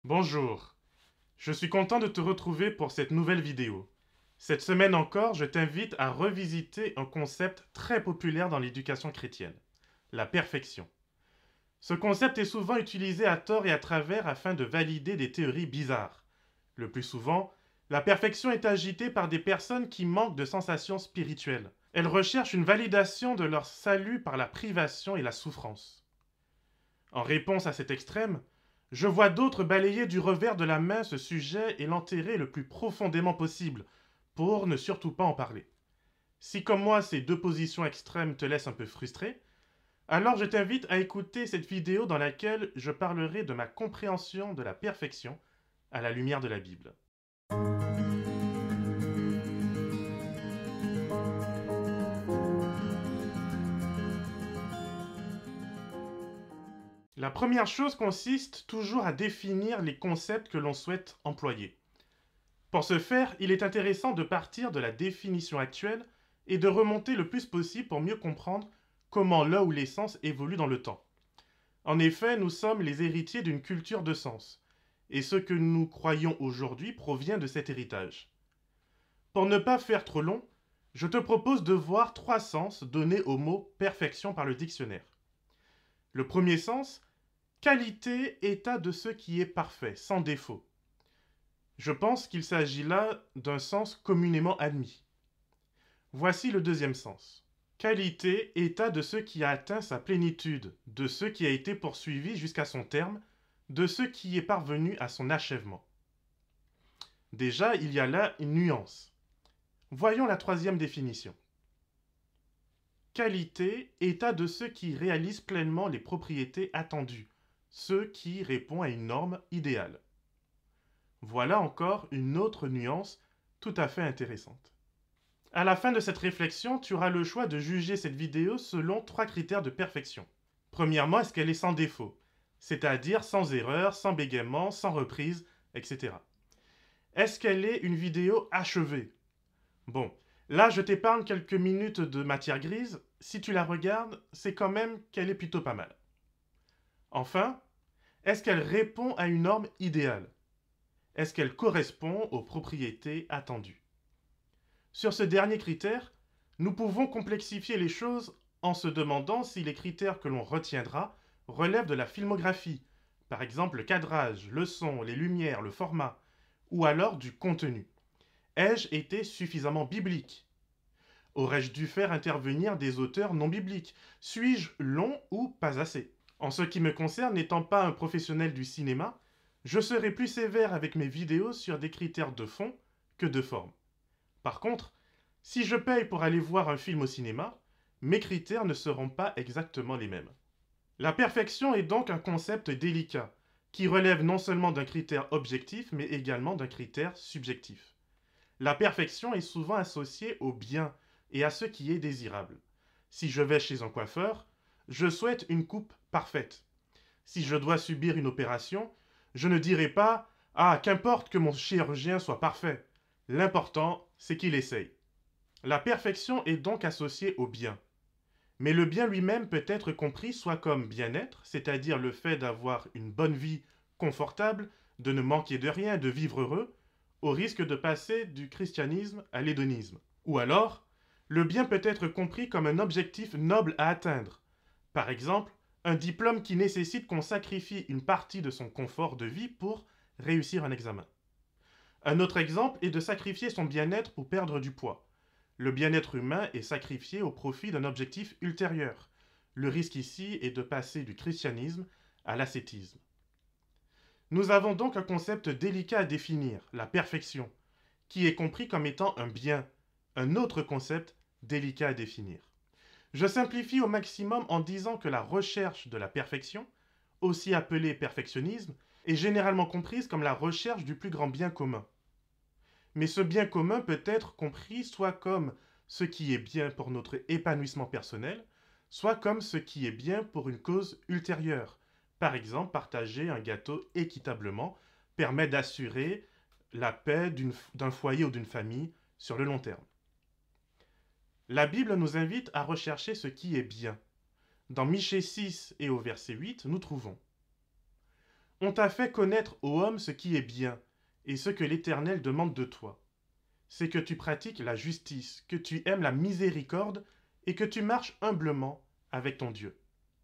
Bonjour, je suis content de te retrouver pour cette nouvelle vidéo. Cette semaine encore, je t'invite à revisiter un concept très populaire dans l'éducation chrétienne, la perfection. Ce concept est souvent utilisé à tort et à travers afin de valider des théories bizarres. Le plus souvent, la perfection est agitée par des personnes qui manquent de sensations spirituelles. Elles recherchent une validation de leur salut par la privation et la souffrance. En réponse à cet extrême, je vois d'autres balayer du revers de la main ce sujet et l'enterrer le plus profondément possible, pour ne surtout pas en parler. Si comme moi ces deux positions extrêmes te laissent un peu frustré, alors je t'invite à écouter cette vidéo dans laquelle je parlerai de ma compréhension de la perfection à la lumière de la Bible. La première chose consiste toujours à définir les concepts que l'on souhaite employer. Pour ce faire, il est intéressant de partir de la définition actuelle et de remonter le plus possible pour mieux comprendre comment l'un ou les sens évoluent dans le temps. En effet, nous sommes les héritiers d'une culture de sens, et ce que nous croyons aujourd'hui provient de cet héritage. Pour ne pas faire trop long, je te propose de voir trois sens donnés au mot perfection par le dictionnaire. Le premier sens, qualité, état de ce qui est parfait, sans défaut. Je pense qu'il s'agit là d'un sens communément admis. Voici le deuxième sens. Qualité, état de ce qui a atteint sa plénitude, de ce qui a été poursuivi jusqu'à son terme, de ce qui est parvenu à son achèvement. Déjà, il y a là une nuance. Voyons la troisième définition. Qualité, état de ce qui réalise pleinement les propriétés attendues, ce qui répond à une norme idéale. Voilà encore une autre nuance tout à fait intéressante. À la fin de cette réflexion, tu auras le choix de juger cette vidéo selon trois critères de perfection. Premièrement, est-ce qu'elle est sans défaut, c'est-à-dire sans erreur, sans bégaiement, sans reprise, etc. Est-ce qu'elle est une vidéo achevée? Bon, là je t'épargne quelques minutes de matière grise, si tu la regardes, c'est quand même qu'elle est plutôt pas mal. Enfin, est-ce qu'elle répond à une norme idéale? Est-ce qu'elle correspond aux propriétés attendues? Sur ce dernier critère, nous pouvons complexifier les choses en se demandant si les critères que l'on retiendra relèvent de la filmographie, par exemple le cadrage, le son, les lumières, le format, ou alors du contenu. Ai-je été suffisamment biblique? Aurais-je dû faire intervenir des auteurs non bibliques? Suis-je long ou pas assez? En ce qui me concerne, n'étant pas un professionnel du cinéma, je serai plus sévère avec mes vidéos sur des critères de fond que de forme. Par contre, si je paye pour aller voir un film au cinéma, mes critères ne seront pas exactement les mêmes. La perfection est donc un concept délicat, qui relève non seulement d'un critère objectif, mais également d'un critère subjectif. La perfection est souvent associée au bien et à ce qui est désirable. Si je vais chez un coiffeur, je souhaite une coupe parfaite. Si je dois subir une opération, je ne dirai pas Ah, qu'importe que mon chirurgien soit parfait. L'important, c'est qu'il essaye. La perfection est donc associée au bien. Mais le bien lui-même peut être compris soit comme bien-être, c'est-à-dire le fait d'avoir une bonne vie confortable, de ne manquer de rien, de vivre heureux, au risque de passer du christianisme à l'hédonisme. Ou alors, le bien peut être compris comme un objectif noble à atteindre. Par exemple, un diplôme qui nécessite qu'on sacrifie une partie de son confort de vie pour réussir un examen. Un autre exemple est de sacrifier son bien-être pour perdre du poids. Le bien-être humain est sacrifié au profit d'un objectif ultérieur. Le risque ici est de passer du christianisme à l'ascétisme. Nous avons donc un concept délicat à définir, la perfection, qui est compris comme étant un bien, un autre concept délicat à définir. Je simplifie au maximum en disant que la recherche de la perfection, aussi appelée perfectionnisme, est généralement comprise comme la recherche du plus grand bien commun. Mais ce bien commun peut être compris soit comme ce qui est bien pour notre épanouissement personnel, soit comme ce qui est bien pour une cause ultérieure. Par exemple, partager un gâteau équitablement permet d'assurer la paix d'un foyer ou d'une famille sur le long terme. La Bible nous invite à rechercher ce qui est bien. Dans Michée 6 et au verset 8, nous trouvons On t'a fait connaître ô homme ce qui est bien, et ce que l'Éternel demande de toi. C'est que tu pratiques la justice, que tu aimes la miséricorde, et que tu marches humblement avec ton Dieu.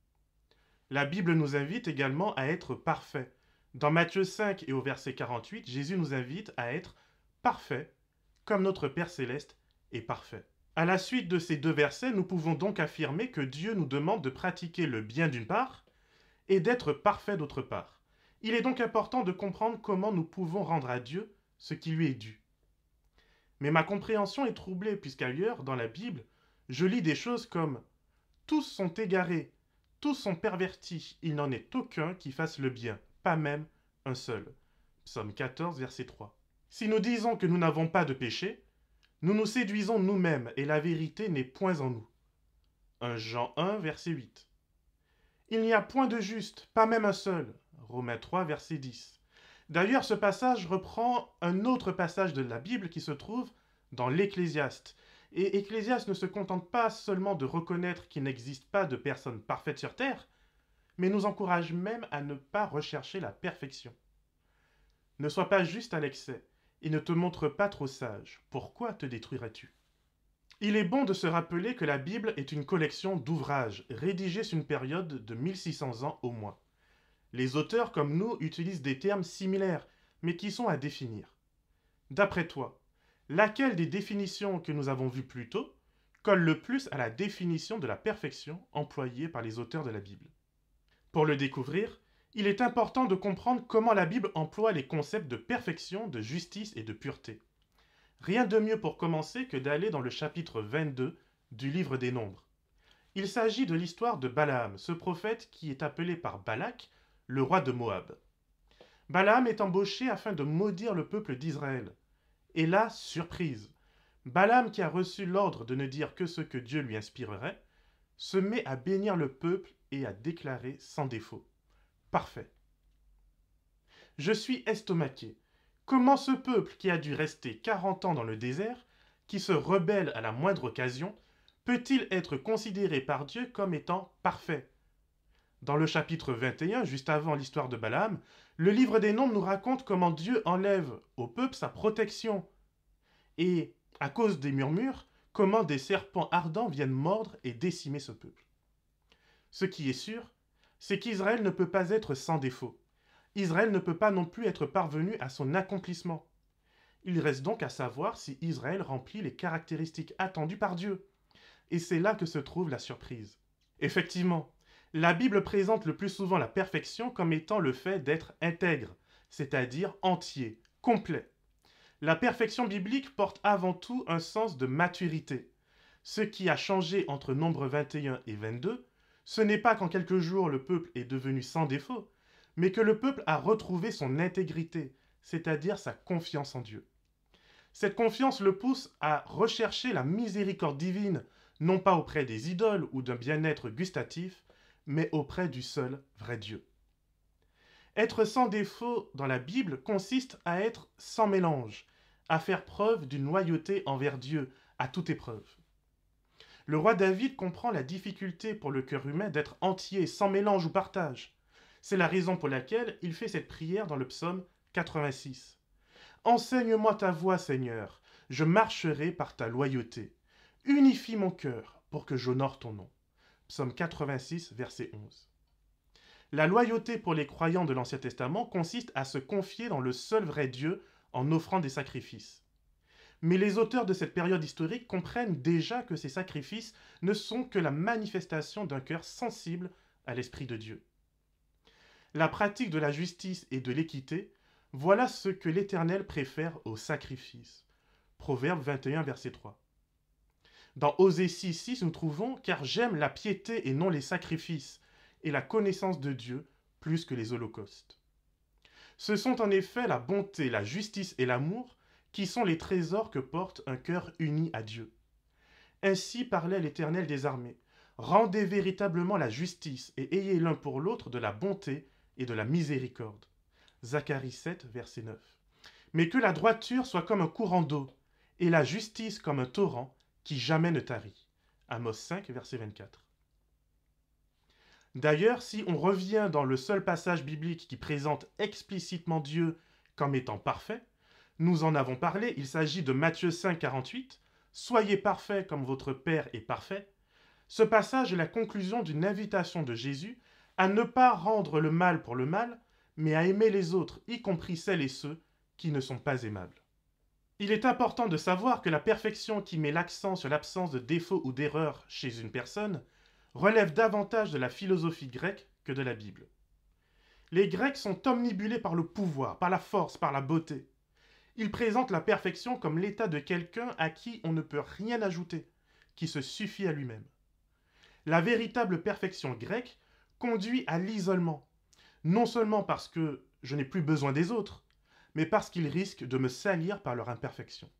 La Bible nous invite également à être parfaits. Dans Matthieu 5 et au verset 48, Jésus nous invite à être parfaits, comme notre Père céleste est parfait. À la suite de ces deux versets, nous pouvons donc affirmer que Dieu nous demande de pratiquer le bien d'une part et d'être parfait d'autre part. Il est donc important de comprendre comment nous pouvons rendre à Dieu ce qui lui est dû. Mais ma compréhension est troublée puisqu'ailleurs, dans la Bible, je lis des choses comme « Tous sont égarés, tous sont pervertis, il n'en est aucun qui fasse le bien, pas même un seul. » Psaume 14, verset 3. Si nous disons que nous n'avons pas de péché, nous nous séduisons nous-mêmes et la vérité n'est point en nous. 1 Jean 1, verset 8. Il n'y a point de juste, pas même un seul. Romains 3, verset 10. D'ailleurs, ce passage reprend un autre passage de la Bible qui se trouve dans l'Ecclésiaste. Et Ecclésiaste ne se contente pas seulement de reconnaître qu'il n'existe pas de personne parfaite sur terre, mais nous encourage même à ne pas rechercher la perfection. Ne sois pas juste à l'excès, et ne te montre pas trop sage. Pourquoi te détruirais-tu? Il est bon de se rappeler que la Bible est une collection d'ouvrages rédigés sur une période de 1600 ans au moins. Les auteurs comme nous utilisent des termes similaires, mais qui sont à définir. D'après toi, laquelle des définitions que nous avons vues plus tôt colle le plus à la définition de la perfection employée par les auteurs de la Bible? Pour le découvrir, il est important de comprendre comment la Bible emploie les concepts de perfection, de justice et de pureté. Rien de mieux pour commencer que d'aller dans le chapitre 22 du livre des Nombres. Il s'agit de l'histoire de Balaam, ce prophète qui est appelé par Balak, le roi de Moab. Balaam est embauché afin de maudire le peuple d'Israël. Et là, surprise, Balaam, qui a reçu l'ordre de ne dire que ce que Dieu lui inspirerait, se met à bénir le peuple et à déclarer sans défaut. Parfait. Je suis estomaqué. Comment ce peuple qui a dû rester 40 ans dans le désert, qui se rebelle à la moindre occasion, peut-il être considéré par Dieu comme étant parfait? Dans le chapitre 21, juste avant l'histoire de Balaam, le livre des Nombres nous raconte comment Dieu enlève au peuple sa protection. Et, à cause des murmures, comment des serpents ardents viennent mordre et décimer ce peuple. Ce qui est sûr, c'est qu'Israël ne peut pas être sans défaut. Israël ne peut pas non plus être parvenu à son accomplissement. Il reste donc à savoir si Israël remplit les caractéristiques attendues par Dieu. Et c'est là que se trouve la surprise. Effectivement, la Bible présente le plus souvent la perfection comme étant le fait d'être intègre, c'est-à-dire entier, complet. La perfection biblique porte avant tout un sens de maturité. Ce qui a changé entre Nombres 21 et 22, ce n'est pas qu'en quelques jours le peuple est devenu sans défaut, mais que le peuple a retrouvé son intégrité, c'est-à-dire sa confiance en Dieu. Cette confiance le pousse à rechercher la miséricorde divine, non pas auprès des idoles ou d'un bien-être gustatif, mais auprès du seul vrai Dieu. Être sans défaut dans la Bible consiste à être sans mélange, à faire preuve d'une loyauté envers Dieu à toute épreuve. Le roi David comprend la difficulté pour le cœur humain d'être entier, sans mélange ou partage. C'est la raison pour laquelle il fait cette prière dans le psaume 86. Enseigne-moi ta voie, Seigneur, je marcherai par ta loyauté. Unifie mon cœur pour que j'honore ton nom. Psaume 86, verset 11. La loyauté pour les croyants de l'Ancien Testament consiste à se confier dans le seul vrai Dieu en offrant des sacrifices. Mais les auteurs de cette période historique comprennent déjà que ces sacrifices ne sont que la manifestation d'un cœur sensible à l'Esprit de Dieu. La pratique de la justice et de l'équité, voilà ce que l'Éternel préfère au sacrifice. Proverbe 21, verset 3. Dans Osée 6, nous trouvons « Car j'aime la piété et non les sacrifices, et la connaissance de Dieu plus que les holocaustes. » Ce sont en effet la bonté, la justice et l'amour qui sont les trésors que porte un cœur uni à Dieu. Ainsi parlait l'Éternel des armées. Rendez véritablement la justice et ayez l'un pour l'autre de la bonté et de la miséricorde. Zacharie 7, verset 9. Mais que la droiture soit comme un courant d'eau, et la justice comme un torrent qui jamais ne tarit. Amos 5, verset 24. D'ailleurs, si on revient dans le seul passage biblique qui présente explicitement Dieu comme étant parfait, nous en avons parlé, il s'agit de Matthieu 5, 48. Soyez parfaits comme votre Père est parfait. Ce passage est la conclusion d'une invitation de Jésus à ne pas rendre le mal pour le mal, mais à aimer les autres, y compris celles et ceux qui ne sont pas aimables. Il est important de savoir que la perfection qui met l'accent sur l'absence de défauts ou d'erreurs chez une personne relève davantage de la philosophie grecque que de la Bible. Les Grecs sont omnibulés par le pouvoir, par la force, par la beauté. Ils présentent la perfection comme l'état de quelqu'un à qui on ne peut rien ajouter, qui se suffit à lui-même. La véritable perfection grecque conduit à l'isolement, non seulement parce que je n'ai plus besoin des autres, mais parce qu'ils risquent de me salir par leur imperfection.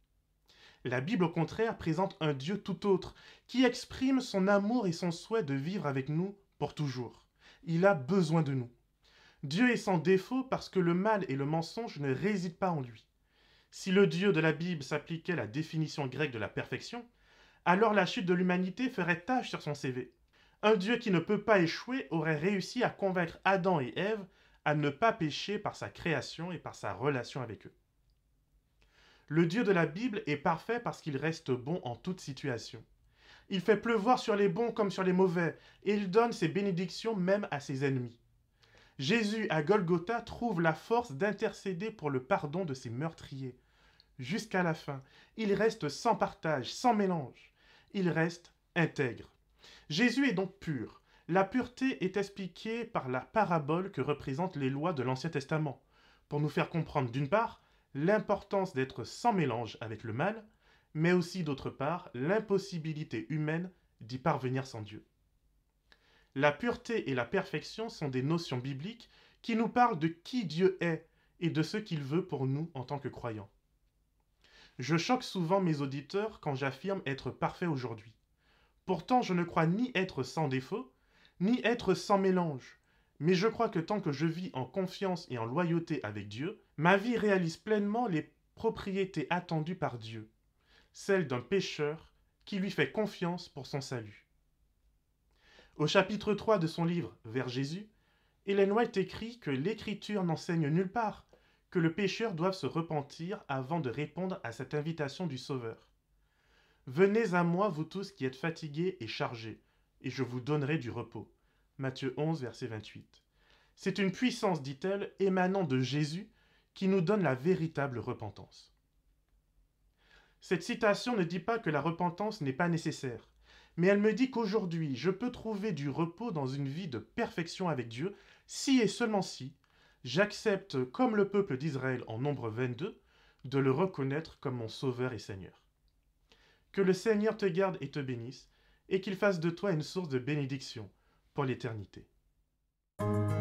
La Bible, au contraire, présente un Dieu tout autre, qui exprime son amour et son souhait de vivre avec nous pour toujours. Il a besoin de nous. Dieu est sans défaut parce que le mal et le mensonge ne résident pas en lui. Si le Dieu de la Bible s'appliquait à la définition grecque de la perfection, alors la chute de l'humanité ferait tache sur son CV. Un Dieu qui ne peut pas échouer aurait réussi à convaincre Adam et Ève à ne pas pécher par sa création et par sa relation avec eux. Le Dieu de la Bible est parfait parce qu'il reste bon en toute situation. Il fait pleuvoir sur les bons comme sur les mauvais, et il donne ses bénédictions même à ses ennemis. Jésus à Golgotha trouve la force d'intercéder pour le pardon de ses meurtriers. Jusqu'à la fin, il reste sans partage, sans mélange. Il reste intègre. Jésus est donc pur. La pureté est expliquée par la parabole que représentent les lois de l'Ancien Testament, pour nous faire comprendre d'une part l'importance d'être sans mélange avec le mal, mais aussi d'autre part l'impossibilité humaine d'y parvenir sans Dieu. La pureté et la perfection sont des notions bibliques qui nous parlent de qui Dieu est et de ce qu'il veut pour nous en tant que croyants. Je choque souvent mes auditeurs quand j'affirme être parfait aujourd'hui. Pourtant, je ne crois ni être sans défaut, ni être sans mélange. Mais je crois que tant que je vis en confiance et en loyauté avec Dieu, ma vie réalise pleinement les propriétés attendues par Dieu, celles d'un pécheur qui lui fait confiance pour son salut. Au chapitre 3 de son livre Vers Jésus, Ellen White écrit que l'Écriture n'enseigne nulle part que le pécheur doive se repentir avant de répondre à cette invitation du Sauveur. Venez à moi, vous tous qui êtes fatigués et chargés, et je vous donnerai du repos. Matthieu 11, verset 28. C'est une puissance, dit-elle, émanant de Jésus, qui nous donne la véritable repentance. Cette citation ne dit pas que la repentance n'est pas nécessaire, mais elle me dit qu'aujourd'hui, je peux trouver du repos dans une vie de perfection avec Dieu, si et seulement si j'accepte, comme le peuple d'Israël en Nombre 22, de le reconnaître comme mon Sauveur et Seigneur. Que le Seigneur te garde et te bénisse, et qu'il fasse de toi une source de bénédiction pour l'éternité.